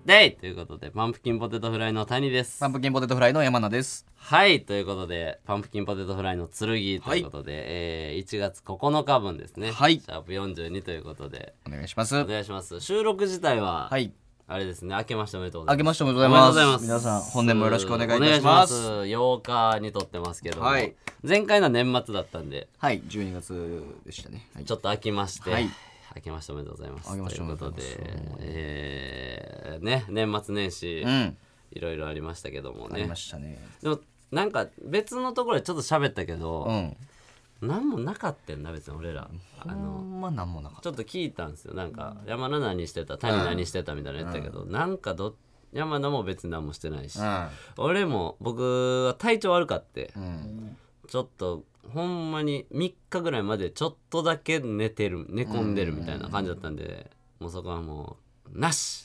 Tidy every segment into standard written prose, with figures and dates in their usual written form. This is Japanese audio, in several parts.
デイということでパンプキンポテトフライの谷です。 パンプキンポテトフライの山名です。 はいということでパンプキンポテトフライの剣ということで、1月9日分ですね。 はい、 シャープ42ということでお願いします。 お願いします。収録自体は、 はい、 あれですね、明けましておめでとうございます。 明けましておめでとうございます。 おめでとうございます。 皆さん本年もよろしくお願いいたします。 8日に撮ってますけども、 はい、 前回の年末だったんで、 はい、12月でしたね。はい、 ちょっと明けまして、 はい、 明けましておめでとうございます。 明けましておめでとうというございます。 ことで、ね、年末年始、いろいろありましたけどもね。 ありましたね。 でもなんか別のところでちょっと喋ったけど、なんもなかったんな別に俺ら。 まあなんもなかった。 ちょっと聞いたんですよ。なんか山田何してた、谷何してたみたいな言ったけど、なんか山田も別に何もしてないし、俺も僕は体調悪かって、ちょっとほんまに3日ぐらいまでちょっとだけ寝込んでるみたいな感じだったんで、もうそこはもうなし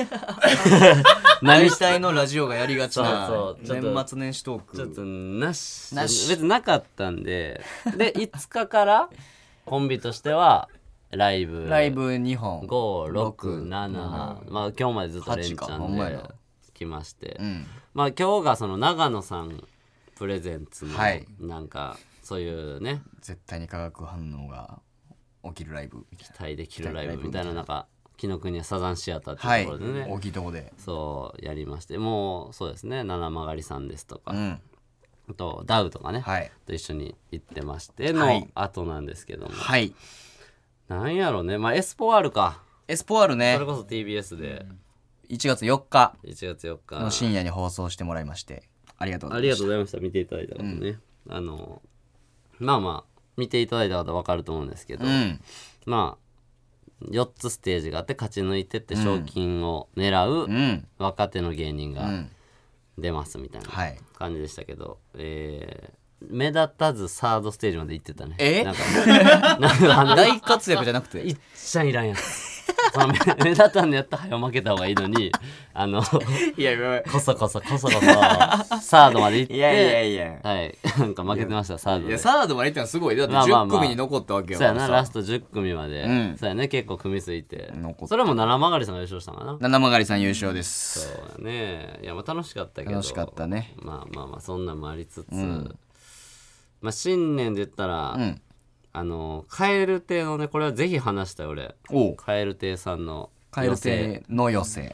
何したいのラジオがやりがちなそう年末年始トークちょっとなし別になかったんで5日からコンビとしてはライブ 2本 567まあ今日までずっと連チャンで来まして、まあ今日がその長野さんプレゼンツのなんかそういうね、 絶対に化学反応が起きるライブ、 期待できるライブみたいな、なんか紀ノ国屋サザンシアターっていうところでね、 大きいとこでそうやりまして、もうそうですね、七曲さんですとか、あとダウとかね、と一緒に行ってましての後なんですけども、なんやろうね、まあエスポワールか、 エスポワールね、 それこそ TBS で 1月4日の深夜に放送してもらいまして、ありがとうございました。見ていただいた方ね、まあまあ見ていただいた方分かると思うんですけど、まあ4つステージがあって勝ち抜いてって賞金を狙う若手の芸人が出ますみたいな感じでしたけど、目立たずサードステージまで行ってたね。なんか大活躍じゃなくていっちゃんいらんやん目立たんのやったら早負けた方がいいのにいやこそこそサードまで行って、 いやはいなんか負けてました。サードで、 いやサードまで行ったのすごい。だって10組に残ったわけよ。 そうやな、ラスト10組まで、そうやね、結構組みついて、それも七曲さんが優勝したのかな。 七曲さん優勝です。 そうやね。いやまあ楽しかったけど、 楽しかったね。 まあそんなんもありつつ、まあ新年で言ったら、蛙亭のね、これはぜひ話したい俺。蛙亭さんの蛙亭の寄せ、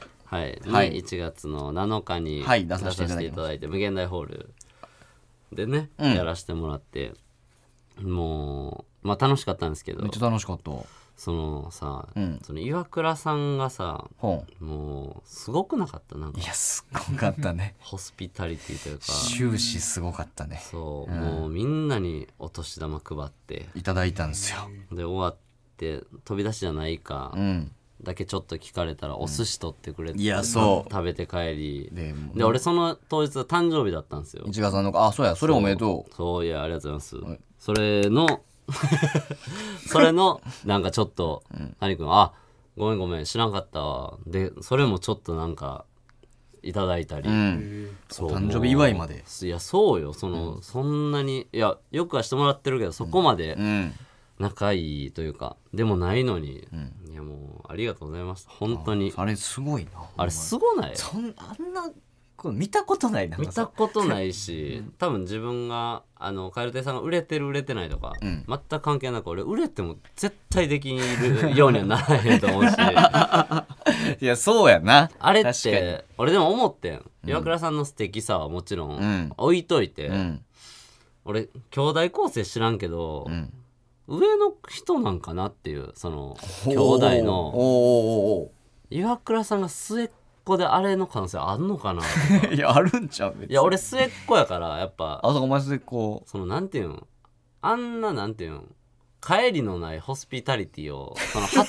1月の7日に出させていただいて、無限大ホールでね、やらせてもらって、もうまあ楽しかったんですけど、 めっちゃ楽しかった。 そのさ、その岩倉さんがさ、もうすごくなかった？なんか、 いやすごかったねホスピタリティというか終始すごかったね。 そう、もうみんなにお年玉配っていただいたんですよ。 で終わって飛び出しじゃないか、だけちょっと聞かれたらお寿司取ってくれて、食べて帰りで俺その当日誕生日だったんですよ。 1月7日。あ、そうや、それおめでとう。 そう、いやありがとうございます。それのそれのなんかちょっと谷君、あ、ごめん知らんかったわで、それもちょっとなんかいただいたり、 そう誕生日祝いまで。 いやそうよ、そんなに、いやよくはしてもらってるけど、そこまで仲いいというかでもないのに、いやもうありがとうございました本当に。 あれすごいな。 あれすごない？ あんな見たことないな。 見たことないし、多分自分が蛙亭さんが売れてる売れてないとか、全く関係なく俺売れても絶対できるようにはならへんと思うしいやそうやな。 あれって俺でも思ってん、岩倉さんの素敵さはもちろん置いといて、俺兄弟構成知らんけど、上の人なんかなっていう、その兄弟の岩倉さんが末っ子であれの可能性あんのかないやあるんちゃう。 いや俺末っ子やからやっぱ、 あそこお前末っ子、 そのなんていうん、あんななんていうん、帰りのないホスピタリティを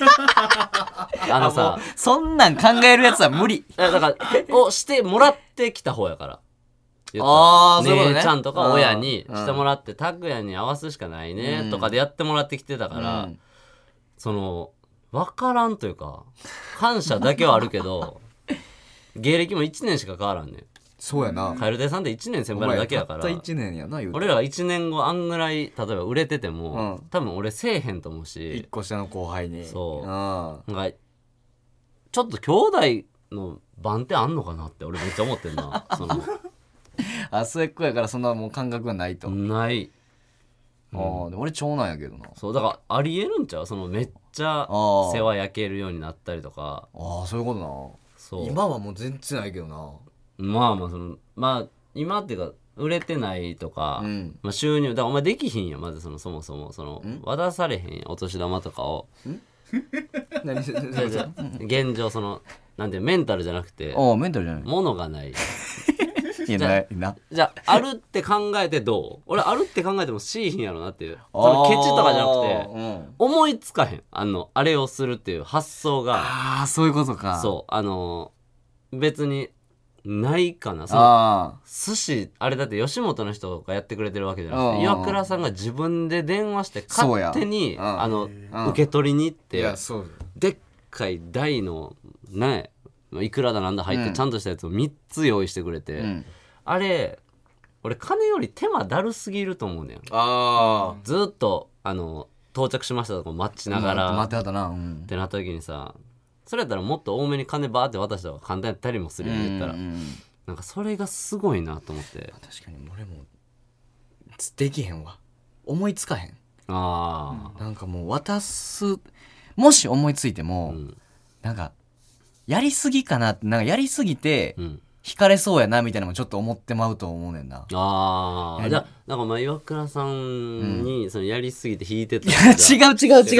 さそんなん考えるやつは無理。 だからをしてもらってきた方やから、姉ちゃんとか親にしてもらって、拓哉に合わすしかないねとかでやってもらってきてたから、その分からんというか感謝だけはあるけど芸歴も1年しか変わらんねん。 そうやな。 蛙亭さんって1年先輩なだけやから、 たった1年やな。 俺らが1年後あんぐらい例えば売れてても、多分俺せえへんと思うし、 1個下の後輩に。 そうなんかちょっと兄弟の番手あんのかなって俺めっちゃ思ってんなその末っ子やからそんなもう感覚がないと、 ないで俺長男やけどな。 そうだからありえるんちゃうそのめっちゃ世話焼けるようになったりとかそういうことな。 そう今はもう全然ないけどな。 まあその今っていうか売れてないとか、収入だからお前できひんやまずそもそも渡されへんやお年玉とかを何現状そのなんてメンタルじゃなくてメンタルじゃない物がないいやないな。 じゃああるって考えてどう俺あるって考えてもしいひんやろなっていうそのケチとかじゃなくて、思いつかへんあれをするっていう発想がそういうことか。 そう別にないかなその寿司あれだって吉本の人がやってくれてるわけじゃなくて岩倉さんが自分で電話して勝手に受け取りに行ってでっかい大のねいくらだなんだ入ってちゃんとしたやつを3つ用意してくれて、あれ俺金より手間だるすぎると思うねん。ずっと到着しましたとか待ちながら、 待ってはったな、 ってなった時にさそれやったらもっと多めに金バーって渡した方が簡単やったりもするよ言ったら、なんかそれがすごいなと思って。 確かに俺もできへんわ、思いつかへん。なんかもう渡すもし思いついても、なんかやりすぎかなってなんかやりすぎて、惹かれそうやなみたいなのもちょっと思ってまうと思うねんな。 じゃあなんかまあ岩倉さんにそのやりすぎて引いてた、 違うそうじゃ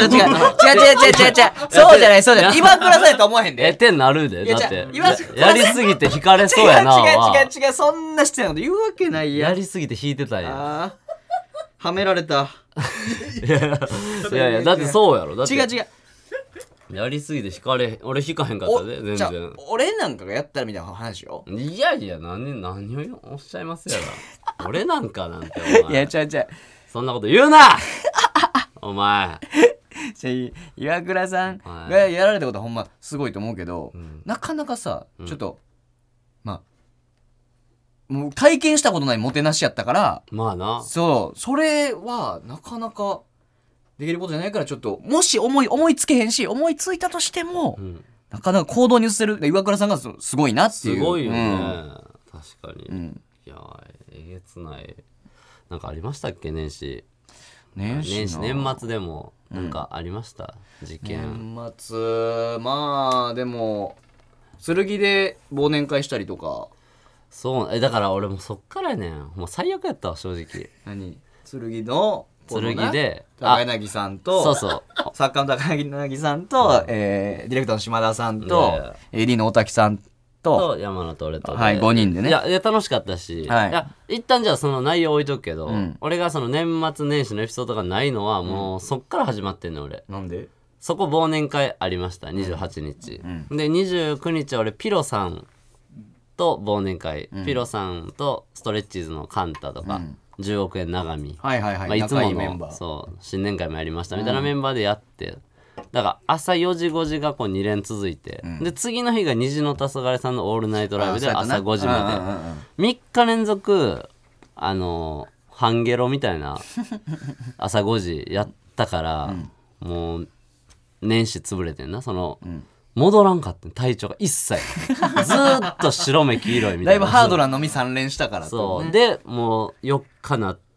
ない岩倉さんやと思わへんでってなるでだってやりすぎて引かれそうやな違うそんな失礼なこと言うわけないややりすぎて引いてたんやはめられたいやだってそうやろだって違うやりすぎて俺引かへんかったで全然俺なんかがやったらみたいな話よ。 いや何をおっしゃいますやろ俺なんかなんてお前いやそんなこと言うなお前岩倉さんがやられたことはほんますごいと思うけど、なかなかさちょっとまあもう体験したことないもてなしやったからまあなそれはなかなかできることじゃないからちょっともし思いつけへんし思いついたとしても、なかなか行動に移せる岩倉さんがすごいなっていう。 すごいよね、確かに、いやえげつないなんかありましたっけ年始年末でもなんかありました、事件。 年末まあでも剣で忘年会したりとか。 そうだから俺もそっからやねんもう最悪やったわ正直。 何剣の剣で高柳さんとそう作家の高柳さんと、ディレクターの島田さんと AD の大滝さんと山野と俺とで、 5人でね。 いや楽しかったし、いや一旦じゃあその内容置いとくけど、俺がその年末年始のエピソードがないのはもうそっから始まってんの俺。 なんでそこ忘年会ありました28日、で29日は俺ピロさんと忘年会、ピロさんとストレッチーズのカンタとか、10億円長見、いつものそう新年会もやりましたみたいなメンバーでやって、だから朝4時5時がこう2連続いて、で次の日が虹の黄昏さんのオールナイトライブで朝5時まで3日連続ハンゲロみたいな朝5時やったから、もう年始潰れてんなその、戻らんかって体調が一切ずっと白目黄色いみたいなだいぶハードな飲み3連したからそうでもう4日なって、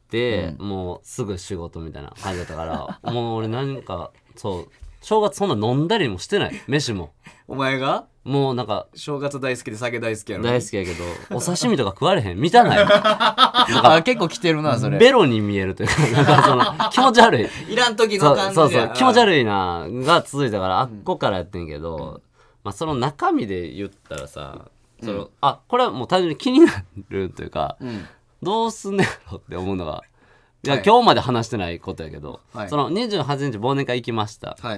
もうすぐ仕事みたいな感じだったからもう俺なんかそう正月そんな飲んだりもしてない飯も。 お前がもうなんか正月大好きで酒大好きやろ。 大好きやけどお刺身とか食われへん満たないあ結構来てるなそれ。 ベロに見えるというかなんかその気持ち悪いいらん時の感じそう気持ち悪いなが続いたからあっこからやってんけど、まあその中身で言ったらさその、これはもう単純に気になるというか、どうすんねやろって思うのがいや、今日まで話してないことやけど、その28日忘年会行きました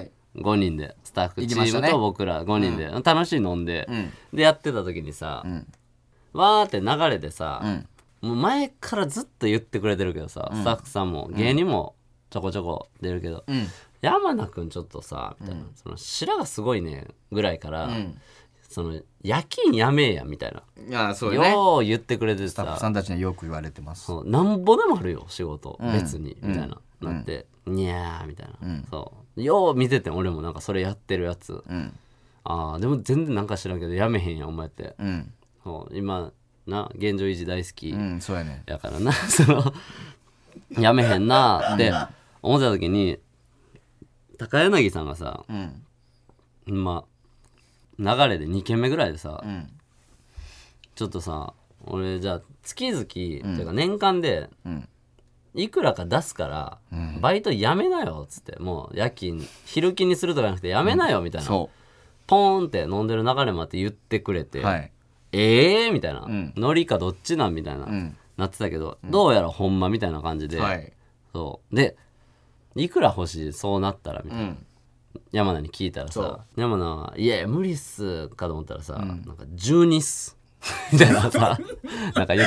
、5人でスタッフチームと僕ら5人で、楽しい飲んで、でやってた時にさ、わーって流れでさ、もう前からずっと言ってくれてるけどさ、スタッフさんも芸人もちょこちょこ出るけど、山名くんちょっとさみたいな、その白がすごいねぐらいから、その夜勤やめえやみたいな、 いやそうよね、 よう言ってくれてさ、 スタッフさんたちにはよく言われてます。 なんぼでもあるよ仕事、別にみたいな、なってにゃーみたいな、そうよう見てて俺もなんかそれやってるやつ、 でも全然なんか知らんけどやめへんやんお前って、 うんそう今な現状維持大好きそうやねやからな、そのやめへんなって思ってた時に高柳さんがさ、まあ流れで2軒目ぐらいでさ、ちょっとさ俺じゃあ月々、っていうか年間でいくらか出すから、バイトやめなよっつって、もう夜勤昼勤にするとかじゃなくてやめなよみたいな、ポーンって飲んでる流れもあって言ってくれて、みたいな、ノリかどっちなんみたいな、なってたけど、どうやらほんまみたいな感じで、そうでいくら欲しいそうなったらみたいな、山名に聞いたらさ、山名はいやいや無理っすかと思ったらさ、なんか12っすみたいなさ、なんか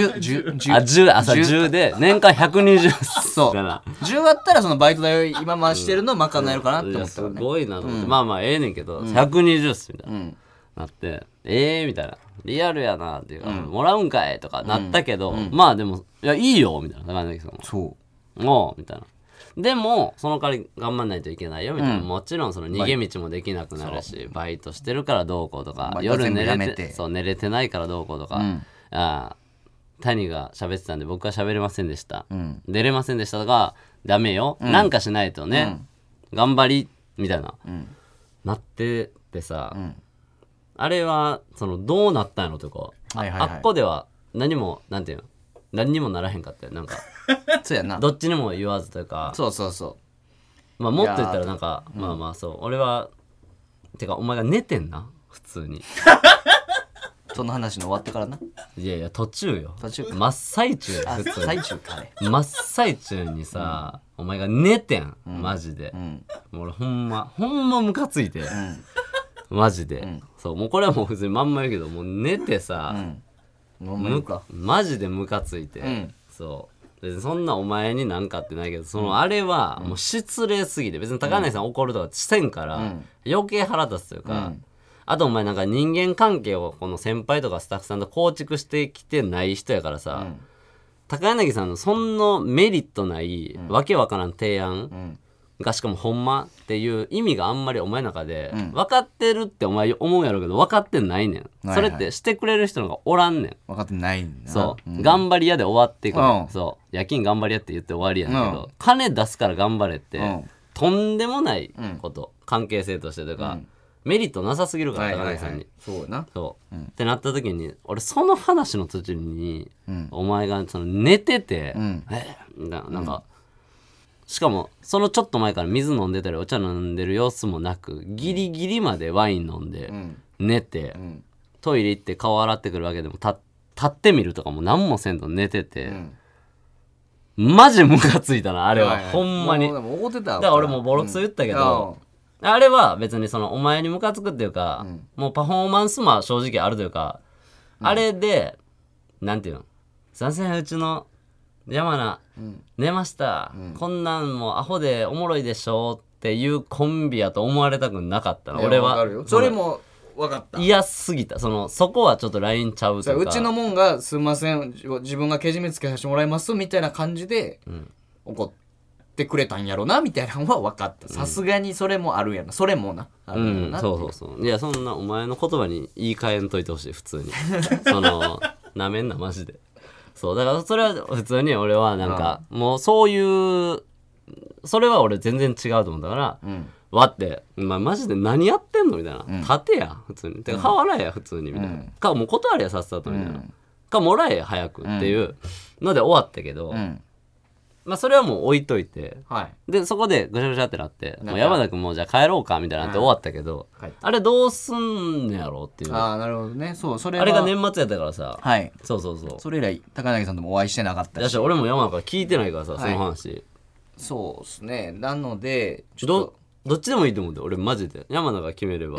10で年間120っすそう10割ったらそのバイト代を今回してるの賄えるかなって思ったらね、 すごいなと思って、まあまあええねんけど、120っすみたいな、なってみたいな、リアルやなっていうか、もらうんかいとかなったけど、まあでもいやいいよみたいな感じだけど、もうみたいな、でもその代わり頑張んないといけないよみたいな、もちろんその逃げ道もできなくなるし、バイトしてるからどうこうとか、夜寝れてないからどうこうとか、谷が喋ってたんで僕は喋れませんでした、出れませんでしたとかダメよ、なんかしないとね、頑張りみたいな、なっててさ、あれはそのどうなったんやろとか、あっこでは何もなんていうの何にもならへんかったよ、なんかそうやな、 どっちにも言わずというか、まあもっと言ったらなんかまあまあそう俺はてかお前が寝てんな普通にその話の終わってからな、 いやいや途中よ、真っ最中よ普通に真っ最中にさ、お前が寝てんマジで、もう俺ほんまムカついて、マジで、そうもうこれはもう普通にまんま言うけどもう寝てさ、マジでムカついて、そう別にそんなお前になんかってないけど、そのあれはもう失礼すぎて、別に高柳さん怒るとかしてんから、余計腹立つというか、あとお前なんか人間関係をこの先輩とかスタッフさんと構築してきてない人やからさ、高柳さんのそんなメリットない、わけわからん提案がしかもほんまっていう意味があんまりお前の中で分かってるってお前思うやろうけど分かってないねん、それってしてくれる人のがおらんねん、 分かってないんだな、 そう、頑張り屋で終わっていくねん、そう夜勤頑張り屋って言って終わりやねんけど、金出すから頑張れって、とんでもないこと、関係性としてというか、メリットなさすぎるから高柳さんに、 そうな、 ってなった時に俺その話の途中に、お前がその寝てて、なんか、しかもそのちょっと前から水飲んでたりお茶飲んでる様子もなく、ギリギリまでワイン飲んで、寝て、トイレ行って顔洗ってくるわけでも立ってみるとかも何もせんと寝てて、マジムカついたなあれは、ほんまに。だから俺もボロクソ言ったけど、あれは別にそのお前にムカつくっていうか、もうパフォーマンスも正直あるというか、あれでなんていうの、すいませんうちの山名、寝ました、こんなんもアホでおもろいでしょっていうコンビやと思われたくなかったの、俺は。 それも分かった、 嫌すぎた、そこはちょっとラインちゃうというか、 うちのもんがすいません自分がけじめつけさせてもらいますみたいな感じで、怒ってくれたんやろなみたいなのは分かった。さすがにそれもあるやな、それもなあるやろな、 そういやそんなお前の言葉に言い換えんといてほしい普通になめんなマジで。そうだからそれは普通に俺はなんか、もうそういうそれは俺全然違うと思ったから、わってマジで何やってんのみたいな、立てや普通に、てか払えや普通にみたいな、かもう断れやさっさとみたいな、かもらえや早くっていうので終わったけど、まあそれはもう置いといて、でそこでぐしゃぐしゃってなって、もう山田君もうじゃあ帰ろうかみたいなって終わったけど、あれどうすんのやろうっていう。 なるほどね。そう、それはあれが年末やったからさ、そうそれ以来高柳さんともお会いしてなかったし、 俺も山田から聞いてないからさ、その話。 そうっすね。なのでどっちでもいいと思うんだよ俺マジで、山田が決めれば。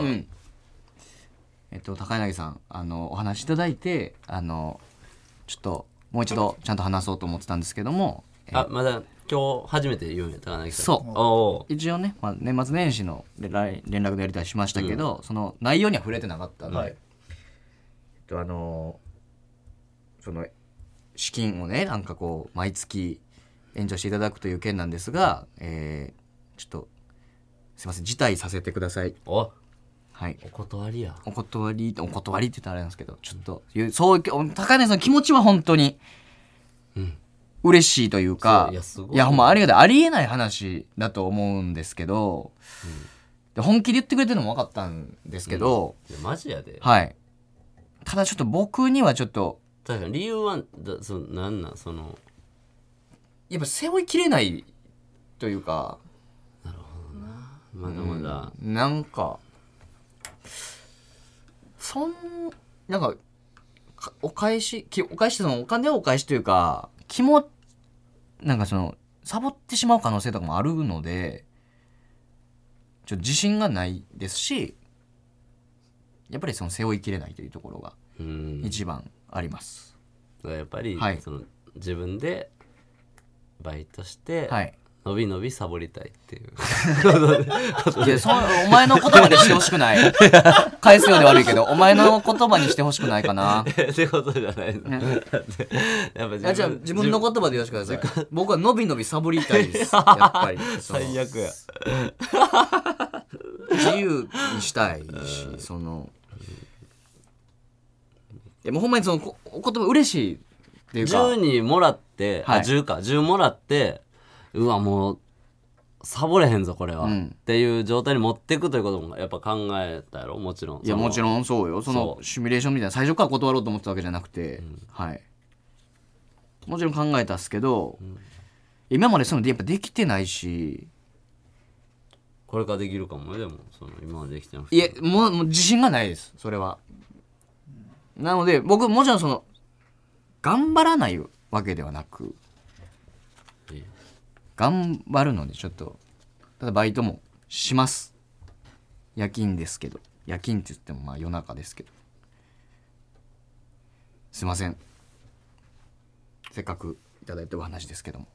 高柳さんお話いただいてちょっともう一度ちゃんと話そうと思ってたんですけども、 まだ今日初めて言うんや高柳さん。 そう一応ね、年末年始の連絡でやりたりしましたけど、その内容には触れてなかったので、その資金をねなんかこう毎月援助していただくという件なんですが、ちょっとすいません辞退させてください。 はい、 お断りや。 お断りって言ったらあれなんですけど、ちょっとそう高根さんの気持ちは本当に嬉しいというか、いやほんまありがたい、ありえない話だと思うんですけど、で本気で言ってくれてるのも分かったんですけど、 いやマジやで。 はい。ただちょっと僕にはちょっと確かに理由はなんなんやっぱ背負いきれないというか。 なるほどな。まだまだ、 なんかなんかお返しそのお金をお返しというかなんかサボってしまう可能性とかもあるので、ちょっと自信がないですし、やっぱり背負いきれないというところが一番あります。 やっぱり、 はい、 自分でバイトして、 はい、 のびのびサボりたいっていういやお前の言葉でしてほしくない。返すようで悪いけどお前の言葉にしてほしくないかなってことじゃないの、ね、 やっぱじゃあ自分の言葉で言わせてください。僕はのびのびサボりたいです。やっぱり最悪や。 自由にしたいし、でもほんまにお言葉嬉しいっていうか、 10にもらって、はい、10もらって、うわもうサボれへんぞこれは、っていう状態に持っていくということもやっぱ考えたやろ。もちろん。 いやもちろんそうよ。シミュレーションみたいな最初から断ろうと思ってたわけじゃなくて、はい、もちろん考えたっすけど、今までそういうのやっぱできてないし、 これからできるかもね。でも今までできてなくて、 いやもう自信がないですそれは。なので僕もちろん頑張らないわけではなく、頑張るのでちょっとただバイトもします。夜勤ですけど、夜勤って言ってもまあ夜中ですけど、すいません、せっかくいただいたお話ですけども。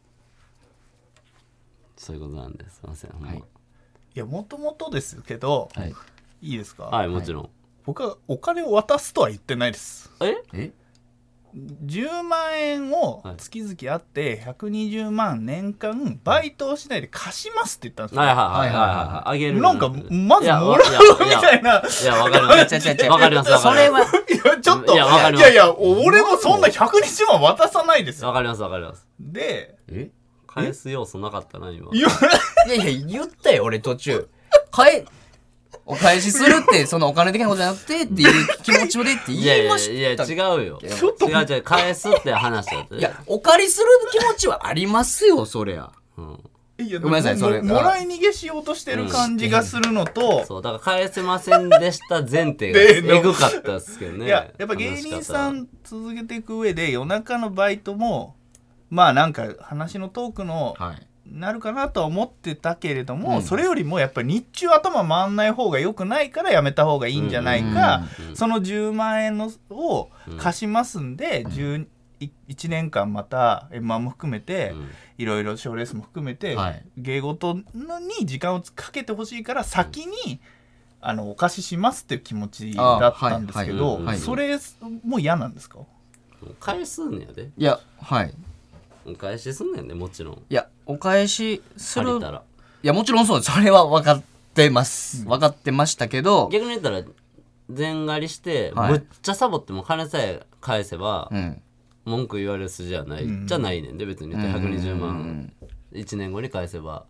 そういうことなんです。すいません。 はい、いやもともとですけど、 はい、 いいですか。 はい、もちろん、 僕はお金を渡すとは言ってないです。 え 10万円を月々あって120万年間バイトをしないで貸しますって言ったんですよ。 はいはいはいあげる。 なんかまずもらうみたいな。 いやわかりますわかります。 それはいやちょっと、いや俺もそんな120万渡さないですよ。 わかりますわかります。 で返す要素なかったな今。 いや言ったよ俺途中。お返しするってお金的なことじゃなくてっていう気持ちでって言いました。 いや違うよ。違う返すって話だった。 いやお借りする気持ちはありますよそりゃ。 いやごめんなさい、それもらい逃げしようとしてる感じがするのと、 そうだから返せませんでした前提がエグかったっすけどね。 やっぱ芸人さん続けていく上で夜中のバイトもまあなんか話のトークの、なるかなとは思ってたけれども、それよりもやっぱり日中頭回んない方が良くないからやめた方がいいんじゃないか、その10万円を貸しますんで、1年間また M−1 も含めて、いろいろ賞レースも含めて、芸事に時間をかけてほしいから先にお貸ししますっていう気持ちだったんですけど、それも嫌なんですか？ 返すんやで。 いやはいお返しすんねんね。もちろん。 いやお返しする、 いやもちろんそうそれは分かってます、分かってましたけど、 逆に言ったら全借りして、むっちゃサボっても金さえ返せば、文句言われる筋はない、じゃないねんで別に120万1年後に返せば。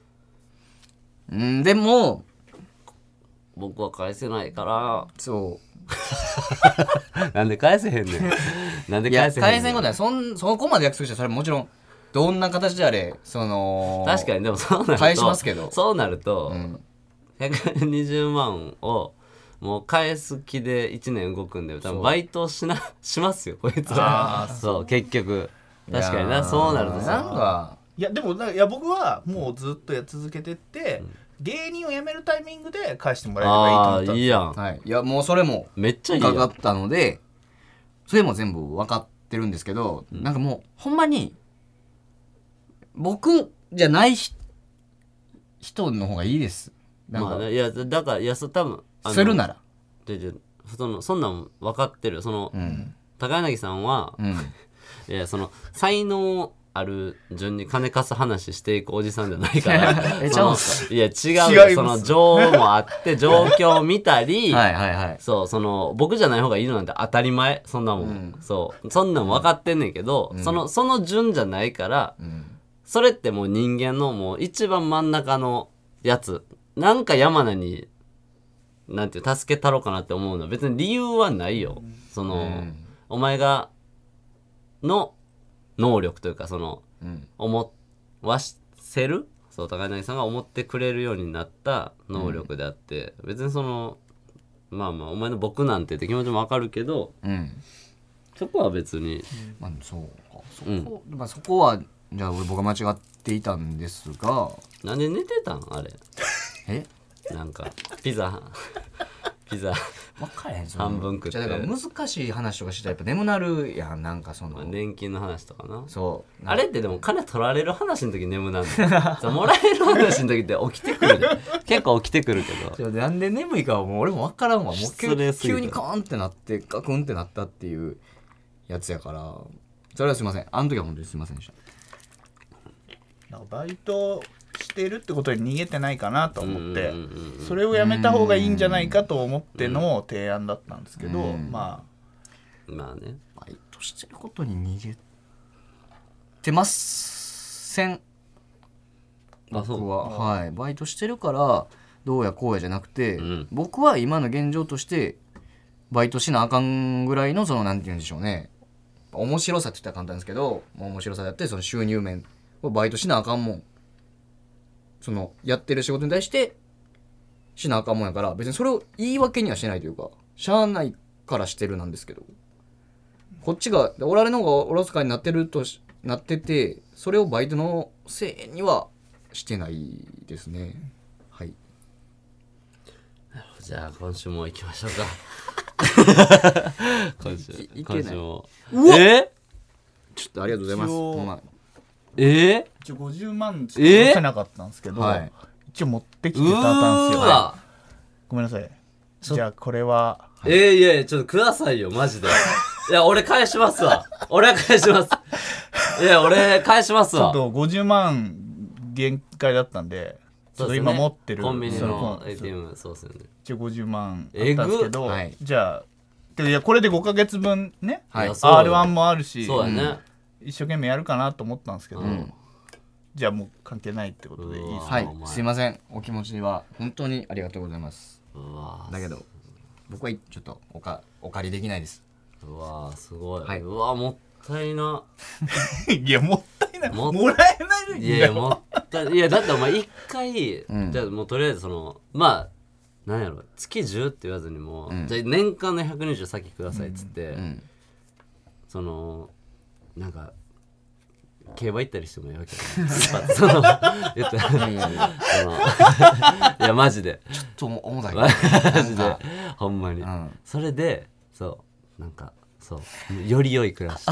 でも僕は返せないからそうなんで返せへんねん。なんで返せへんねん。 返せんことはそこまで約束したらそれもちろんどんな形であれ確かに。でもそうなると返しますけど、 そうなると、120万をもう返す気で1年動くんで多分バイトしますよこいつは。そう結局確かにな。そうなるとさ、 いやでも僕はもうずっと続けてって、芸人を辞めるタイミングで返してもらえればいいと思ったんですよ。 いいやん。 いやもうそれもめっちゃいいやん。 かかったのでそれも全部分かってるんですけど、なんかもうほんまに僕じゃない人の方がいいです。 まあね、いやだから多分するならそんなん分かってる。高柳さんは、いや才能ある順に金貸す話していくおじさんじゃないからちゃうんすか？ いや違うよ、その情もあって状況を見たりはいはいはい。 そうその僕じゃない方がいいのなんて当たり前、そんなもん、そうそんなん分かってんねんけど、その順じゃないから、それってもう人間のもう一番真ん中のやつ、なんか山名になんていう助けたろうかなって思うのは別に理由はないよ。その、お前がの能力というかその、思わせる、そう高柳さんが思ってくれるようになった能力であって、別にそのまあまあお前の僕なんてって気持ちもわかるけど、そこは別に、 まあそうか、まあそこはじゃあ僕が間違っていたんですが、 なんで寝てたんあれなんかピザ分からへん、 半分食って、 じゃあだから難しい話とかしたらやっぱ眠なるやん、なんかその年金の話とかな。 そうあれってでも金取られる話の時眠なんだよもらえる話の時って起きてくるで結構起きてくるけど、 なんで眠いかはもう俺も分からんわ。もう失礼すぎる急にカーンってなってガクンってなったっていうやつやから、それはすいません、あの時は本当にすいませんでした。 なんかバイトしてるってことに逃げてないかなと思って、それをやめた方がいいんじゃないかと思っての提案だったんですけど、まあね、 バイトしてることに逃げてません。僕ははいバイトしてるからどうやこうやじゃなくて、僕は今の現状としてバイトしなあかんぐらいのそのなんて言うんでしょうね、面白さって言ったら簡単ですけど、面白さであってその収入面をバイトしなあかんもん、そのやってる仕事に対してしなあかんもんやから、別にそれを言い訳にはしてないというか、しゃあないからしてるなんですけど、こっちがおられの方がおろそかになってるとなってて、それをバイトのせいにはしてないですね。はい。 じゃあ今週も行きましょうか今週もちょっとありがとうございます。 一応50万しか出せなかったんですけど、一応持ってきてたんですよ。ごめんなさい。じゃあこれは、 いやちょっとくださいよマジでいや俺返しますわ、俺返しますいや俺返しますわ。 ちょっと50万限界だったんで、ちょっと今持ってるコンビニの ATM、 そうですよね。 一応50万あったんですけど、じゃあいやこれで5ヶ月分ね、R1 もあるし、 そうやね、 一生懸命やるかなと思ったんですけど、じゃあもう関係ないってことでいいですか？ はい、すいません、お気持ちは本当にありがとうございます。だけど僕はちょっとお借りできないです。 うわすごい、うわもったいな。 いやもったいない、もらえない。 いやもったい、いやだってお前一回、じゃあもうとりあえずそのまあなんやろ月10って言わずにも、じゃあ年間の120先くださいっつって、そのなんか競馬行ったりしてもいいわけその言っていやマジでちょっと重たいマジでほんまに、それでそうなんかそうより良い暮らしお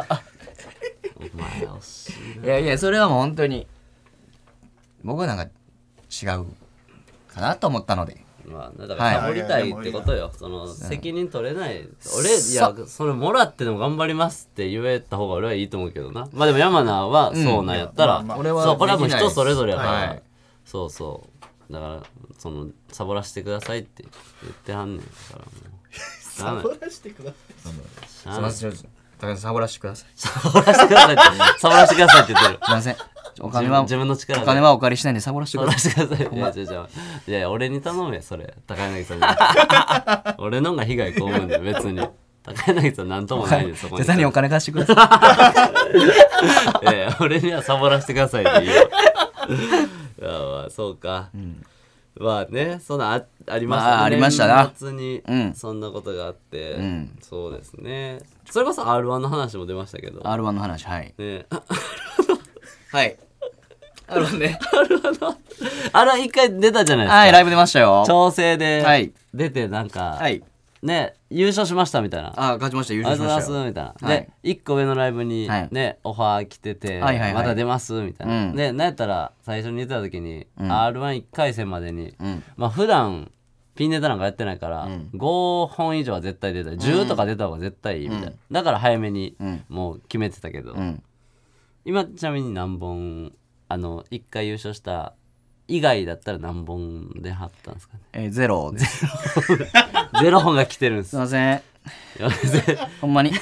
前惜しいな。 いやそれはもう本当に僕はなんか違うかなと思ったので、 まあだからサボりたいってことよ、その責任取れない、俺いやそれもらってでも頑張りますって言えた方が俺はいいと思うけどな。まあでも山名はそうなんやったら、 俺はそうこれはもう人それぞれやから、そうだからそのサボらせてくださいって言ってはんねんからもうサボらせてください。 サボらせてください。 サボらせてくださいってサボらせてくださいって言ってる。 すいません。お金は自分の力でお金はお借りしないんでサボらせてください。 いや俺に頼めそれ高柳さんに俺のが被害被るんだよ別に。高柳さんなんともないでそこに。 じゃあにお金貸してください。いや俺にはサボらせてくださいって言うよ。いやまあそうか。まあねそんなありましたね。 ありましたな。 年末にそんなことがあって、そうですね。それこそ R1 の話も出ましたけど。 R1 の話はい。 ね。 はい。R1 ね。 R1 一回出たじゃないですか。 はいライブ出ましたよ。 調整で出てなんかね優勝しましたみたいな。 勝ちました優勝しましたよみたいな。で1個上のライブにねオファー来ててまた出ますみたいな。でなんやったら最初に出た時に R11 回戦までにまあ普段ピンネタなんかやってないから5本以上は絶対出たい、10とか出た方が絶対いいみたいな。だから早めにもう決めてたけど今ちなみに何本1回優勝した以外だったら何本で張ったんですかね。 ゼロですゼロ本が来てるんです。 すいませんほんまにち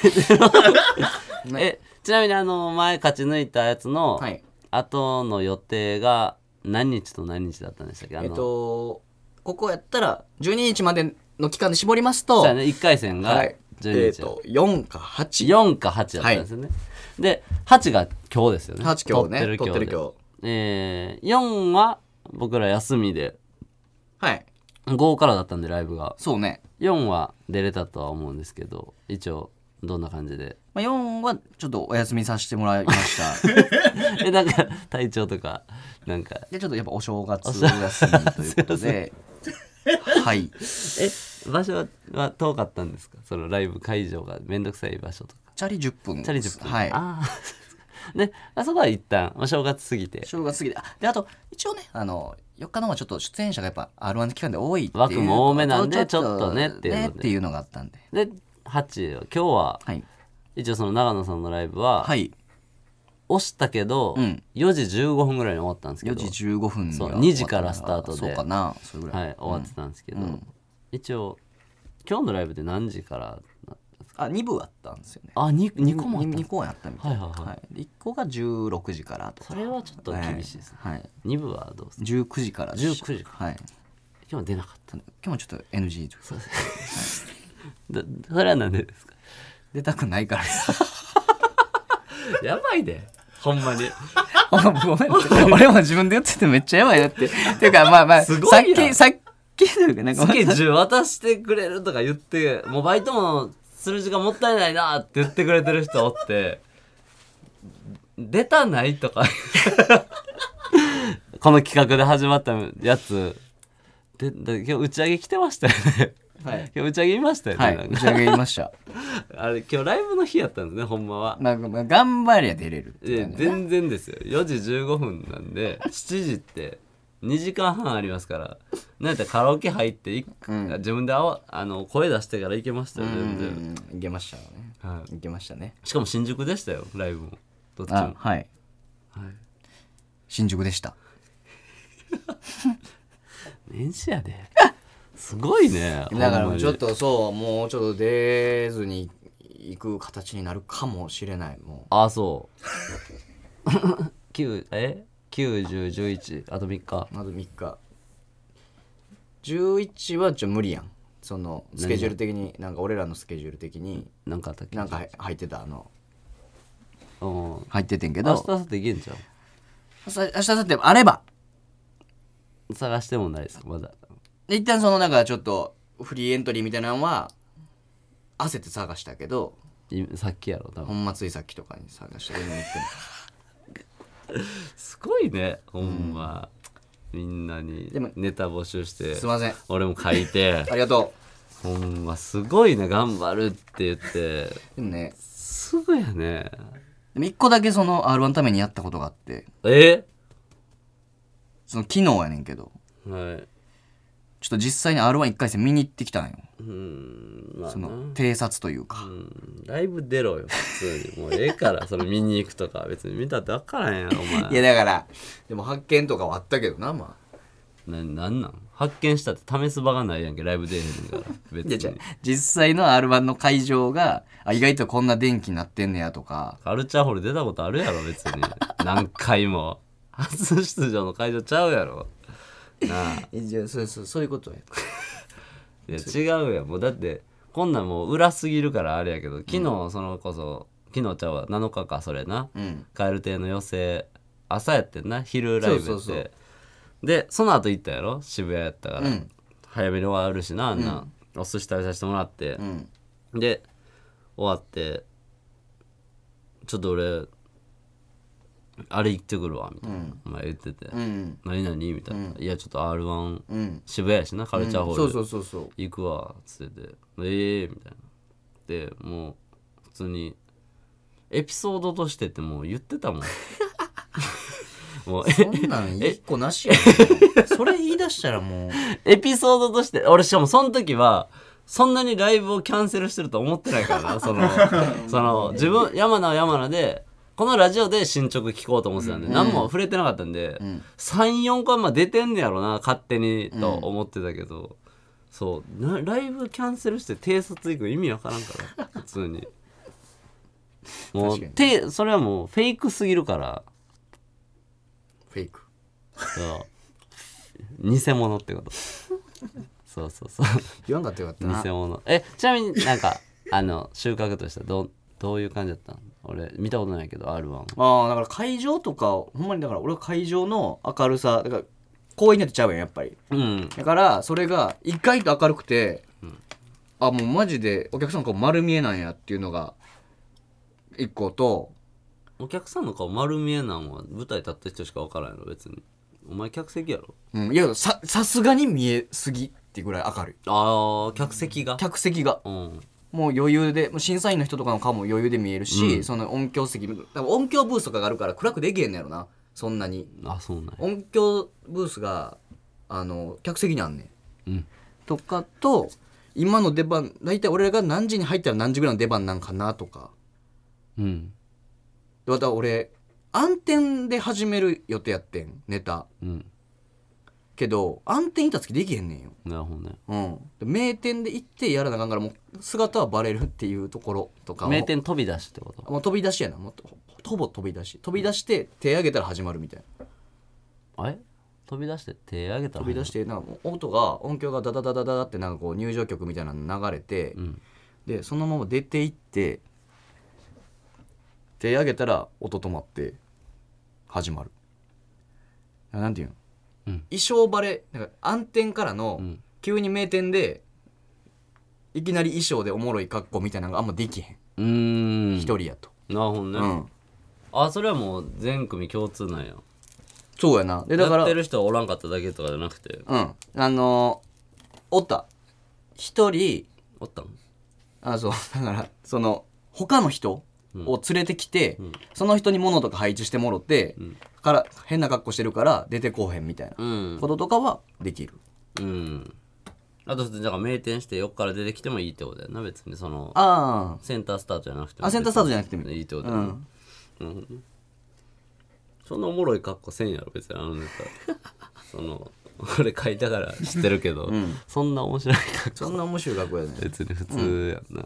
なみに前勝ち抜いたやつの後の予定が何日と何日だったんでしたっけ。 ここやったら12日までの期間で絞りますと、 そうやね、1回戦が12日、 4か8 4か8だったんですよね、で8が今日ですよね。 8今日ね、 撮ってる今日 4は僕ら休みで、 はい、 5からだったんでライブが。 そうね、 4は出れたとは思うんですけど、一応どんな感じで。 4はちょっとお休みさせてもらいましたなんか体調とかなんかでちょっとやっぱお正月休みということではい場所は遠かったんですか。そのライブ会場がめんどくさい場所とか。 チャリ10分チャリ10分、 はい、 であそこは一旦、正月過ぎてであと一応ね4日のはちょっと出演者がやっぱ R1 の期間で多いっていう枠も多めなんでちょっとねっていうのがあったんで、 8今日は、はい、一応その長野さんのライブは、はい、押したけど、4時15分ぐらいに終わったんですけど、 4時15分にそう2時からスタートで、 そうかな、それぐらい、 はい、終わってたんですけど、一応今日のライブで何時から 2部あったんですよね。 2個もあった。 2個やったみたいな、1個が16時からとか。 それはちょっと厳しいですね、はい、2部はどうですか。 19時から 19時か、 はい、 今日出なかった。 今日もちょっと NG とか、 そうです、それはなんでですか。 出たくないからですやばいでほんまにごめん俺も自分で言っててめっちゃやばいなってっていうかすごいやん。 さっきというかなんかスケジュール渡してくれるとか言って、もうバイトもする時間もったいないなって言ってくれてる人おって、出たないとかこの企画で始まったやつで今日打ち上げ来てましたよね。はい、今日打ち上げいましたよね。 はい、打ち上げいましたあれ今日ライブの日やったんですね、ほんまは。 頑張りゃ出れるってね、全然ですよ。4時15分なんで7時って2時間半ありますから、なんやったらカラオケ入って自分で声出してから行けましたよ。全然行けましたね、はい、行けましたね。 しかも新宿でしたよ、ライブも。どっちも。はい、 はい、新宿でした年始やですごいね。 だからちょっともうちょっと出ずに行く形になるかもしれない。もうそう9、10、11あと3日。 あと3日11は無理やん。そのスケジュール的になんか俺らのスケジュール的になんかあったっけ。 なんか入ってた入っててんけど、 明日明後日いけんちゃう。 明日明後日あれば探してもないですかまだ。 一旦なんかちょっとフリーエントリーみたいなのは焦って探したけど、 さっきやろ多分。 ほんまついさっきとかに探してすごいねほんま、みんなにネタ募集して。 すいません、 俺も書いてありがとう。ほんますごいね、頑張るって言って。 でもね、 すぐやね。 でも一個だけR1 のためにやったことがあって、昨日やねんけど、 はい、 ちょっと実際に R11 回戦見に行ってきたんよ。その偵察というか、 ライブ出ろよ普通に。もうからその見に行くとか別に見たって分からへんやろお前。 いやだからでも発見とかはあったけどな。 なん発見したって試す場がないやんけ、ライブ出へんから別に。 いや実際の R1 の会場が意外とこんな電気になってんねやとか。 カルチャーホール出たことあるやろ別に何回も。初出場の会場ちゃうやろなあ。 そういうことや。 いや違うやん。もうだってこんなんもう裏すぎるからあれやけど、昨日昨日ちゃうわ7日かそれな、蛙亭の寄席朝やってんな、昼ライブやって。でその後行ったやろ、渋谷やったから、早めに終わるしな、あんな、お寿司食べさせてもらって、で終わってちょっと俺あれ行ってくるわみたいな、お前言ってて、何々みたいな、いやちょっと R1、渋谷やしな、カルチャーホール行くわっつってて、みたいな。でもう普通にエピソードとしてってもう言ってたもんもうそんなん一個なしやんそれ言い出したらもうエピソードとして。俺しかもその時はそんなにライブをキャンセルしてると思ってないからな。その自分山名は山名でこのラジオで進捗聞こうと思ってたんで、何も触れてなかったんで、3,4 個は出てんねやろな勝手にと思ってたけど、そうライブキャンセルして偵察行く意味わからんから普通にもうそれはもうフェイクすぎるから。 フェイク、 そう偽物ってことそう言わんかったよかったな。 偽物。ちなみになんか収穫としてはどういう感じだったの？俺見たことないけど R1。 だから会場とかほんまに、だから俺は会場の明るさだから公園によってちゃうやんやっぱり、だからそれが意外と明るくて、もうマジでお客さんの顔丸見えなんやっていうのが一個と、 お客さんの顔丸見えなんは舞台立った人しか分からんやろ別に。お前客席やろ。 いやさすがに見えすぎってぐらい明るい。 客席が、 もう余裕で、もう審査員の人とかの顔も余裕で見えるし、その音響席、多分音響ブースとかがあるから暗くできへんのやろな、そんなに。 そうなんや。 音響ブースが客席にあんねん、とかと、今の出番大体俺らが何時に入ったら何時ぐらいの出番なんかなとか。でまた俺暗転で始める予定やってんネタ、けど暗転いたつきできへんねんよ。 なるほどね。 名店で行ってやらなあかんから、もう姿はバレるっていうところとか。 名店飛び出しってこと？ もう飛び出しやな、もうほぼ飛び出して手上げたら始まるみたいな。飛び出して手上げたら飛び出してなんか音響がダダダダダってなんかこう入場曲みたいなの流れて、でそのまま出て行って手上げたら音止まって始まる。なんていうの、衣装バレ、なんか暗転からの急に名店でいきなり衣装でおもろい格好みたいなのがあんまできへん。一人やと。 なるほどね。それはもう全組共通なんや。 そうやな。でだからやってる人はおらんかっただけとかじゃなくて、 おった一人おったの。 そうだからその他の人を連れてきて、その人に物とか配置してもろて、から変な格好してるから出てこうへんみたいなこととかはできる。 あとだから名店して横から出てきてもいいってことだよな別に。そのセンタースタートじゃなくても。 センタースタートじゃなくてもいいってことだよな。そんなおもろい格好せんやろ別にネタその俺書いたから知ってるけど、そんな面白い格好、 そんな面白い格好やね別に普通やん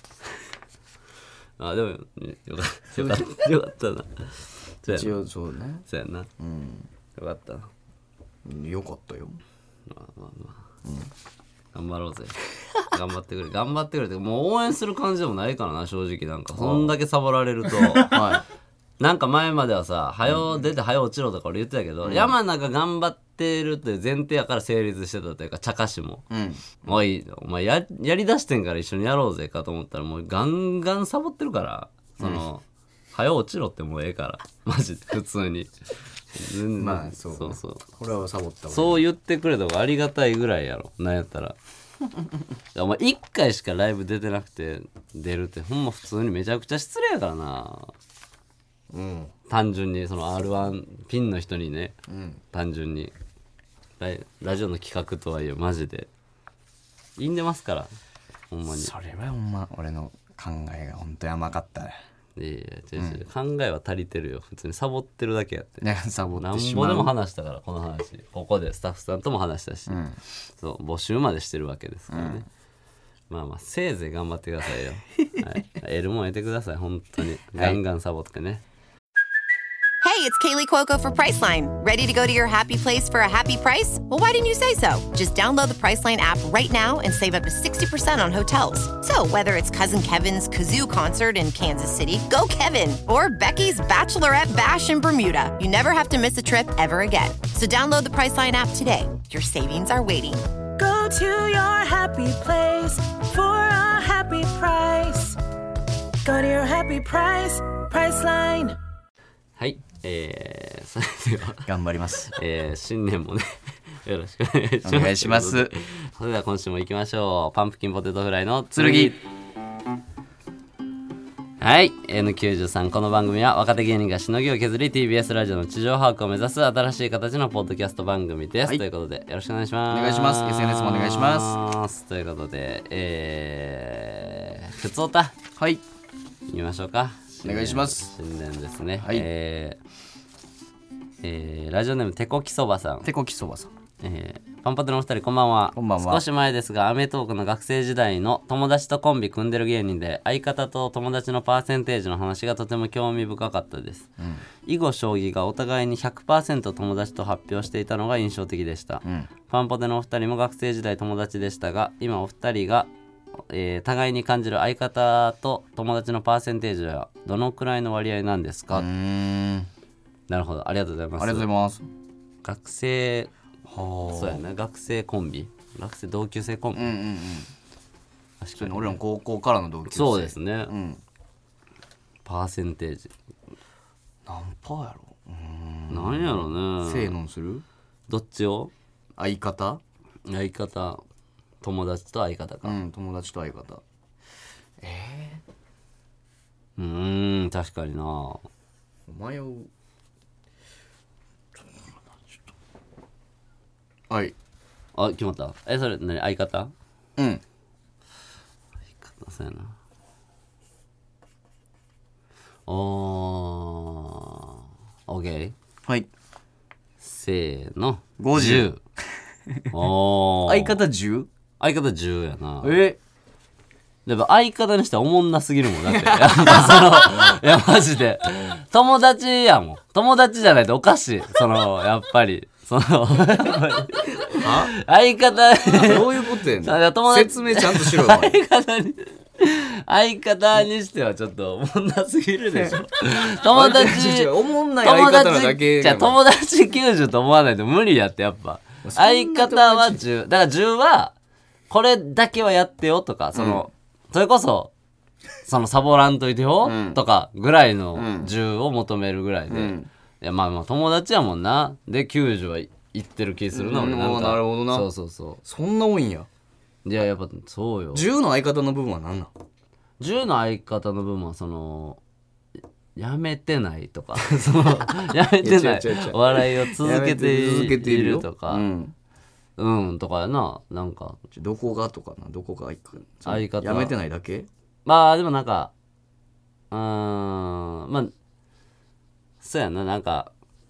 な。でもよかったな。 一応そうね。 そうやな。よかったな。 よかったよ。 頑張ろうぜ。頑張ってくれってもう応援する感じでもないからな正直。なんかそんだけサボられるとなんか前まではさ「はよ出てはよ落ちろ」とか俺言ってたけど、山名が頑張ってるっていう前提やから成立してたというか、茶化しも、お前やりだしてんから一緒にやろうぜかと思ったらもうガンガンサボってるから、はよ落ちろってもうええからマジで普通にそうこれはサボったわ。 そう言ってくれた方がありがたいぐらいやろなんやったらお前1回しかライブ出てなくて出るってほんま普通にめちゃくちゃ失礼やからな。単純にその R1 ピンの人にね、単純にラジオの企画とはいえマジでいんでますからほんまに。 それはほんま俺の考えが本当に甘かったね。 考えは足りてるよ。普通にサボってるだけやって。 サボってなんぼでも話したからこの話ここでスタッフさんとも話したし、そう募集までしてるわけですからね。まあせいぜい頑張ってくださいよ。得るもん得てください本当に。ガンガンサボってね。 Hey, it's Kaylee Cuoco for Priceline. Ready to go to your happy place for a happy price? Well, why didn't you say so? Just download the Priceline app right now and save up to 60% on hotels. So whether it's Cousin Kevin's Kazoo Concert in Kansas City, go Kevin, or Becky's Bachelorette Bash in Bermuda, you never have to miss a trip ever again. So download the Priceline app today. Your savings are waiting. Go to your happy place for a happy price. Go to your happy price, Priceline. はい、それでは頑張ります。 新年もねよろしくお願いします。 お願いします。 それでは今週も行きましょう。パンプキンポテトフライの剣。はい N93。 この番組は若手芸人がしのぎを削り TBS ラジオの地上把握を目指す新しい形のポッドキャスト番組です、ということでよろしくお願いします。 お願いします。 SNS もお願いします。 ということでふつおたはい行きましょうか。 お願いします。 新年ですね、 はい。 ラジオネームてこきそばさん。 てこきそばさん。 パンパテのお二人こんばんは。 こんばんは。 少し前ですが、アメトーークの学生時代の友達とコンビ組んでる芸人で、相方と友達のパーセンテージの話がとても興味深かったです、囲碁将棋がお互いに 100% 友達と発表していたのが印象的でした、パンパテのお二人も学生時代友達でしたが、今お二人が、互いに感じる相方と友達のパーセンテージはどのくらいの割合なんですか。なるほど、ありがとうございます。 ありがとうございます。 学生、そうやね、学生コンビ、学生同級生コンビ、確かに俺らの高校からの同級生。 そうですね、パーセンテージ何パーやろ。 なんやろね。 せーのする。 どっちを。 相方、 友達と相方か。 友達と相方。 確かにな。 迷う。はい。 あ、決まった。それ何、相方。 相方、そうやな。オッケー。 はい。 せーの。 50。相方 10？ 相方10やな。でも相方にしてはおもんなすぎるもん。だっていやマジで友達やもん。友達じゃないとおかしい。やっぱり相方どういうことやねん。説明ちゃんとしろよ。 相方にしてはちょっとおもんなすぎるでしょ。友達おもんない相方なだけ。 じゃあ友達90と思わないと無理やって。やっぱ相方は10だから、10はこれだけはやってよとか、それこそサボらんといてよ、とかぐらいの10を求めるぐらいで、いやまあ友達やもんな。で90はいってる気するな。俺なんか。 なるほどな。 そうそんな多いんや。 いややっぱそうよ。 10の相方の部分は何なん。 10の相方の部分はやめてないとかやめてないお笑いを続けているとか、とかやな。なんかどこがとかな。どこが相方やめてないだけ。 まあでもなんかまあそうやな。なんか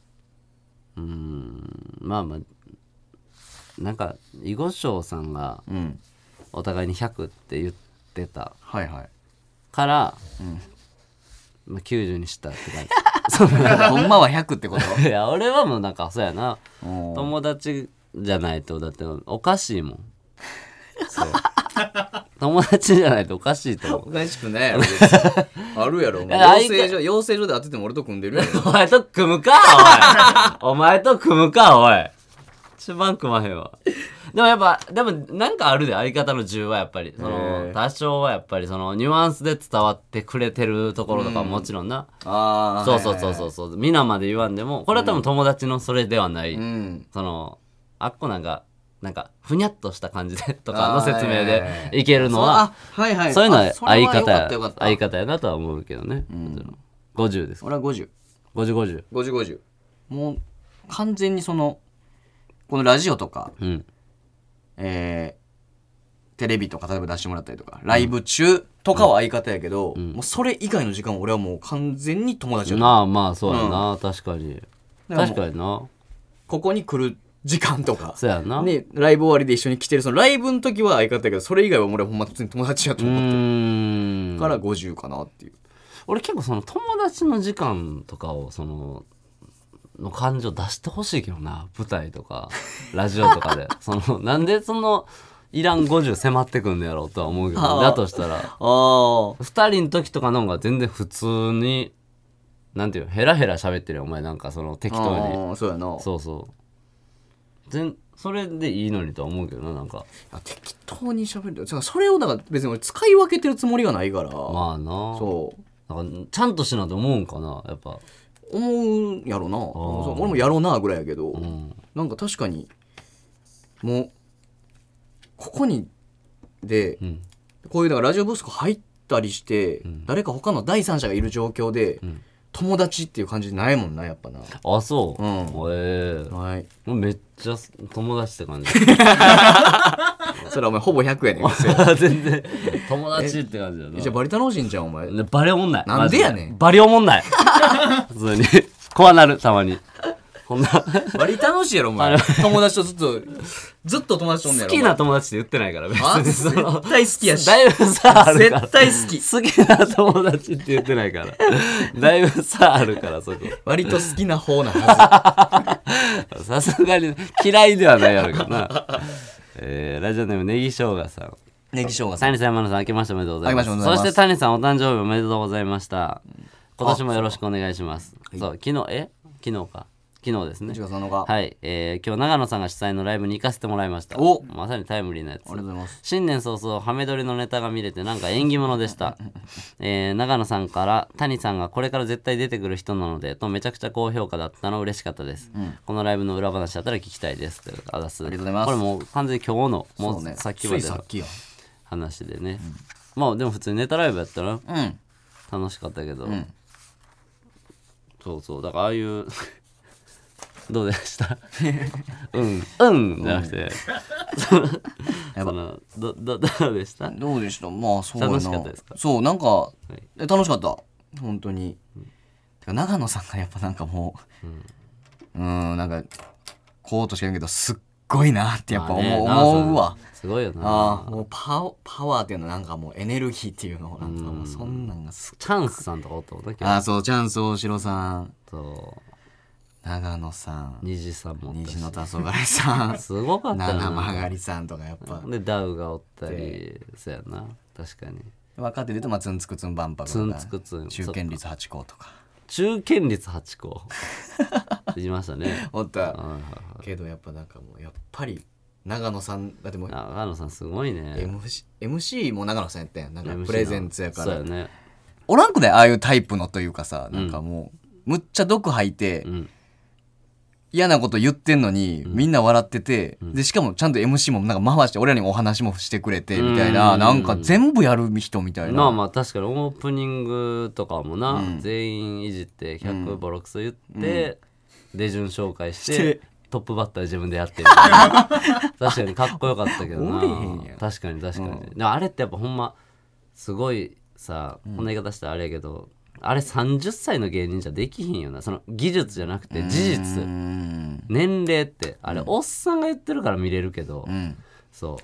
まあなんか囲碁将さんがお互いに100って言ってたから、まあ、90にしたって感じ。 ほんまは100ってこと。 いや俺はもうなんかそうやな。友達じゃないとだっておかしいもん。そう友達じゃないとおかしいと思う。 おかしくないやろ。あるやろ。養成所で会ってても俺と組んでるやろ。 お前と組むかおい。お前と組むかおい。一番組まへんわ。でもなんかあるで。相方の10はやっぱり多少はやっぱりニュアンスで伝わってくれてるところとかももちろんな。そう皆まで言わんでもこれは多分友達のそれではない、あっこなんかふにゃっとした感じでとかの説明でいけるのは、そういうのは相方やなとは思うけどね。50ですか。 俺は50。 50 もう完全にこのラジオとか、テレビとか例えば出してもらったりとか、ライブ中とかは相方やけど、もうそれ以外の時間は俺はもう完全に友達や。 まあそうやな。確かにな。 ここに来る時間とか、 そうやな。 ね、ライブ終わりで一緒に来てるライブの時は相方やけど、それ以外は俺はほんま普通に友達やと思ってるから50かなっていう。 俺結構友達の時間とかをの感情出してほしいけどな。舞台とかラジオとかでなんでいらん50迫ってくんのやろうとは思うけど、だとしたら2人の時とかの方が全然普通になんていうヘラヘラ喋ってるよお前。なんか適当に。 そうやな。 それでいいのにとは思うけどな。なんか適当に喋る。それをだから別に俺使い分けてるつもりがないから。 まあな。 そうなんかちゃんとしなと思うんかな。やっぱ思うんやろな。俺もやろうなぐらいやけど、なんか確かにもうここにで、こういうだからラジオブース入ったりして、誰か他の第三者がいる状況で、 友達っていう感じないもんなやっぱな。 あ、そう。 はい。 めっちゃ友達って感じ。 それお前ほぼ100やねん。 全然友達って感じだな。 じゃあバリ楽しいんじゃんお前。 バリおもんない。 なんでやねん。 バリおもんない。普通に怖なるたまに。こんなバリ楽しいやろお前。友達とずっと友達とんねやろ。 好きな友達って言ってないから別に。 絶対好きやし。 だいぶ差あるから。 絶対好き。 好きな友達って言ってないから。だいぶ差あるからそこ。 割と好きな方なはず。さすがに嫌いではないやろかな。ラジオネームネギショウガさん。 ネギショウガさん。 谷さん山野さん明けましておめでとうございます。そして谷さんお誕生日おめでとうございました。今年もよろしくお願いします。そう昨日ですね。はい、今日長野さんが主催のライブに行かせてもらいました。まさにタイムリーなやつ。 ありがとうございます。 新年早々ハメ撮りのネタが見れてなんか縁起物でした。長野さんから谷さんがこれから絶対出てくる人なのでとめちゃくちゃ高評価だったの嬉しかったです。このライブの裏話だったら聞きたいですというありがとうございます。これもう完全に今日のもうさっきまでの話でね。まあでも普通にネタライブやったら楽しかったけど、そうだからああいうどうでしたじゃなくてどうでしたまあそうやな。 楽しかったですか？ そうなんか、楽しかった本当に。てか長野さんがやっぱなんかもうなんかこうとしか言うけどすっごいなってやっぱ思うわ。 すごいよな。 もうパワーっていうのなんかもうエネルギーっていうのなんかもうそんなんがチャンスさんとかおったもんね。 そうチャンス大城さんと長野さん、 虹さんも虹の黄昏さんすごかったな。 七曲さんとかやっぱでダウがおったりそうやな。確かに分かってるとツンツクツン万博とか中堅率8校とか中堅率8校言いましたね。 おったけどやっぱなんかもうやっぱり長野さんだってもう長野さんすごいね。 MC も長野さんやったやん。なんかプレゼンツやからそうやね。 おらんくないああいうタイプのというかさ、なんかもうむっちゃ毒吐いて、嫌なこと言ってんのに、みんな笑ってて、でしかもちゃんと MC もなんか回して俺らにもお話もしてくれてみたいな、なんか全部やる人みたいな。 まあ確かにオープニングとかもな、全員いじって100ボロクソ言って、手順紹介してトップバッター自分でやってる確かにかっこよかったけどな。確かにあれってやっぱほんますごいさ、こんな言い方したらあれやけど、あれ30歳の芸人じゃできひんよな。その技術じゃなくて事実、年齢ってあれおっさんが言ってるから見れるけど、そう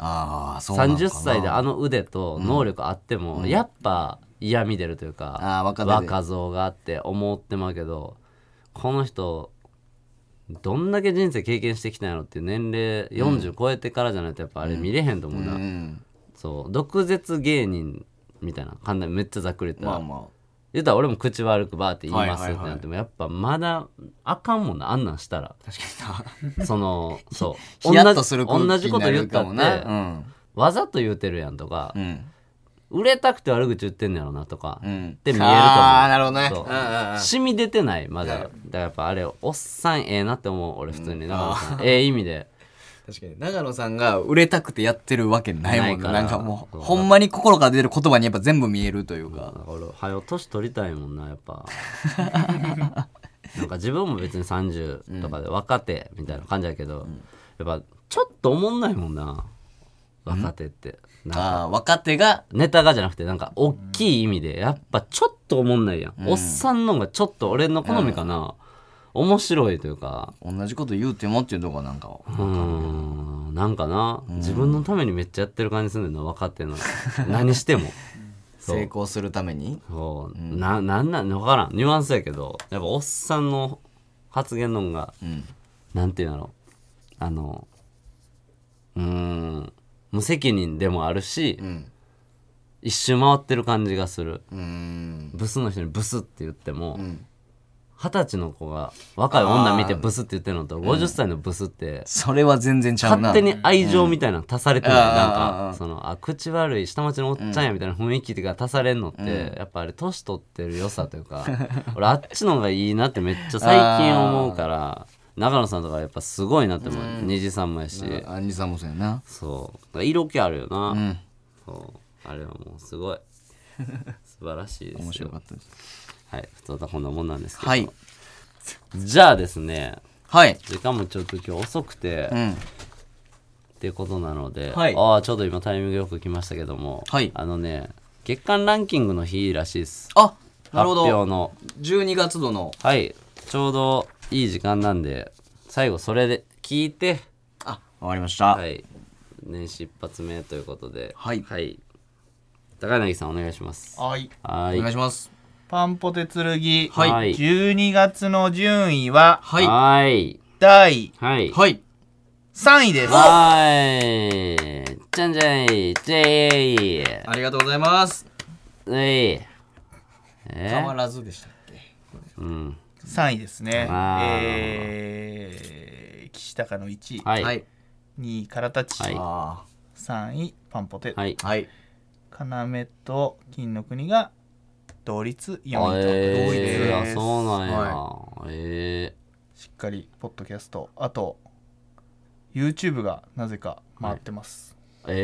30歳であの腕と能力あっても、やっぱ嫌味出るというか、若造があって思ってまうけど、この人どんだけ人生経験してきたんやろっていう年齢40超えてからじゃないとやっぱあれ見れへんと思うな。そう毒舌芸人みたいな感じでめっちゃざっくり言ったら、言ったら俺も口悪くバーって言いますってなってもやっぱまだあかんもんな、あんなんしたら。 確かにそのそうヒヤッとする空気になるかもな。 同じこと言ったって、わざと言うてるやんとか、売れたくて悪口言ってんねやろなとか、って見えると思う。 なるほどね。 染み出てないまだ。だからやっぱあれおっさんええなって思う俺普通に。長野さんええ意味で。 確かに長野さんが売れたくてやってるわけないもんね。なんかもうほんまに心から出る言葉にやっぱ全部見えるというか。 俺はよ年取りたいもんなやっぱなんか自分も別に30とかで若手みたいな感じやけど、やっぱちょっと思んないもんな若手って。 若手がネタがじゃなくてなんか大きい意味でやっぱちょっと思んないやん、おっさんのがちょっと俺の好みかな、面白いというか。 同じこと言うてもっていうとこがなんかなんかな、自分のためにめっちゃやってる感じするんだよな若手の何しても成功するためになん分からんニュアンスやけど、やっぱおっさんの発言のんが、なんていうの無責任でもあるし、一周回ってる感じがする。ブスの人にブスって言っても、20歳の子が若い女見てブスって言ってるのと50歳のブスってそれは全然ちゃうな。 勝手に愛情みたいなの足されてる、なんかその口悪い下町のおっちゃんやみたいな雰囲気が足されるのって、やっぱあれ年取ってる良さというか俺あっちの方がいいなってめっちゃ最近思うから、長野さんとかやっぱすごいなって思う。虹さんもやし、 虹さんもそうやな。 そう色気あるよな、そうあれはもうすごい素晴らしいですよ。 面白かったです。 はい普通はこんなもんなんですけど、 はいじゃあですね、 はい時間もちょっと今日遅くて、っていうことなので、 はいああちょうど今タイミングよく来ましたけども、 はい月間ランキングの日らしいです。 あ、なるほど。 発表の 12月度のはいちょうどいい時間なんで最後それで聞いて、 わかりました。 はい年始一発目ということで、 はい高柳さんお願いします。 はいお願いします。 パンポテ剣、 はい 12月の順位ははい第はいはい 3位です。 はいじゃんじゃんいじゃいありがとうございます。 変変わらずでしたっけ。 うん 3位ですね。岸高の1位、 はいはい 2位からたち、 あ 3位パンポテ、 はいはい要と金の国が同率4位と、同位あです。 そうなんや、 はしっかりポッドキャスト、あと YouTube がなぜか回ってます。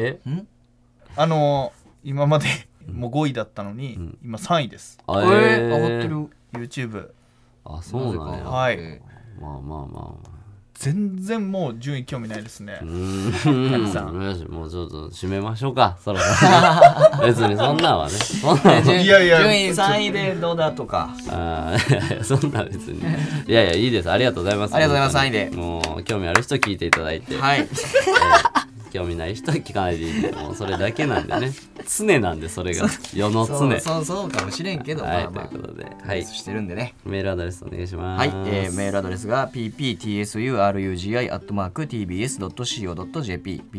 今までもう5位だったのに、今3位です。 上がってる。 YouTube あそうなんや、 はいまあまあまあ全然もう順位興味ないですね。 よしもうちょっと締めましょうかそろそろ別にそんなんはねそんなんいやいや順位3位でどうだとか。 そんな別にいやいいです。ありがとうございます。 ありがとうございます。3位でもう興味ある人聞いていただいて、 はい興味ない人は聞かないでいいんで、もうそれだけなんでね常なんでそれが世の常そうかもしれんけど、 はい、 まあまあということで、 はいしてるんでね。 メールアドレスお願いします。 はい、メールアドレスが pptsurugi@tbs.co.jp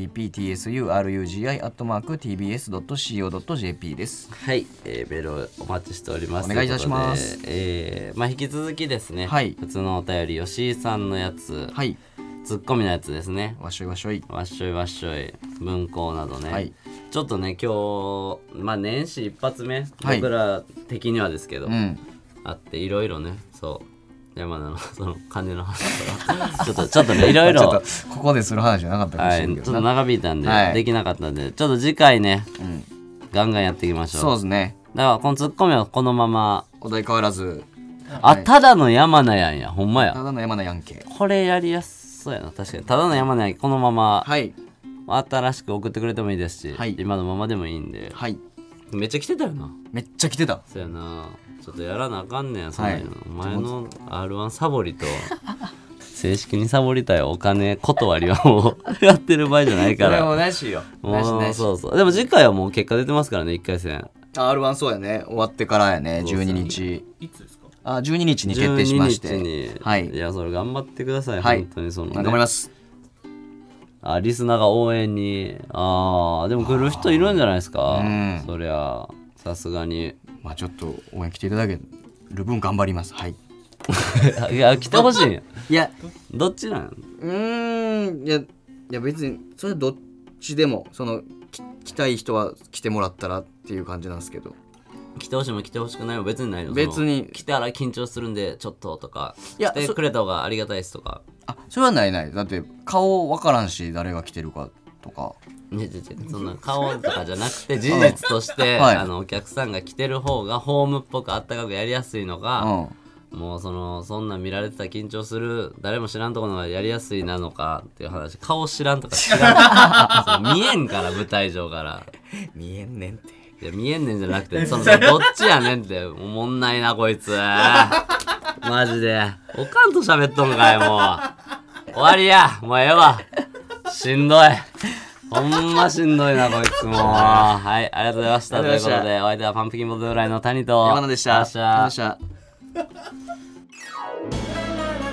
pptsurugi@tbs.co.jp です。 はい、メールをお待ちしております。 お願いいたします。 引き続きですね、 はい、 普通のお便り吉井さんのやつ、 はい、 ツッコミのやつですね。 わっしょいわっしょいわっしょいわっしょい文庫などね、 はい、 ちょっとね今日年始一発目、 はい、 僕ら的にはですけど、 うん、 あっていろいろね、そう山田のその金の話とかちょっとねいろいろここでする話じゃなかったかもしれんけど、 ちょっと長引いたんで、 はい、できなかったんでちょっと次回ね、ガンガンやっていきましょう。 そうですね。 だからこのツッコミはこのままお題変わらず、 ただの山名やんや、ほんまや。 ただの山名やんけ。 これやりやすそうやな、確かに。ただの山名やんけ、このまま、 はい、 新しく送ってくれてもいいですし、 はい、 今のままでもいいんで、 はい、 めっちゃ来てたよな。 めっちゃ来てた。 そうやな、ちょっとやらなあかんねん、そんなの、お前の R1 サボりと正式にサボりたいお金断りはもうやってる場合じゃないから。 それもなしよ。なしなし。 そうそう。でも次回はもう結果出てますからね、1回戦。 R1 そうやね、終わってからやね、12日。 いつですか ？12日に決定しまして。 12日に、 はい。 いや、それ頑張ってください、 はい、 本当にその、ね、 頑張ります。 リスナーが応援に、でも来る人いるんじゃないですか。そりゃさすがに、 まあちょっと応援来ていただける分頑張ります。はい。 いや来てほしいんや。 いやどっちなん？ いや別にそれはどっちでも来たい人は来てもらったらっていう感じなんですけど。 来てほしいも来てほしくないも別にないの？ 別に来たら緊張するんでちょっととか、来てくれた方がありがたいですとか。 それはない。だって顔分からんし誰が来てるかとか。 そんな顔とかじゃなくて事実として、はい、お客さんが来てる方がホームっぽくあったかくやりやすいのか、もうそんな見られてたら緊張する誰も知らんところのがやりやすいなのかっていう話。顔知らんとか知らん見えんから舞台上から見えんねんって。 いや見えんねんじゃなくてどっちやねんっておもんないなこいつマジでおかんと喋っとんかい。もう終わりや、もうええわ、しんどい、ほんましんどいなこいつも。はい、ありがとうございました。ということでお相手はパンプキンボトルフライの谷と山野でした。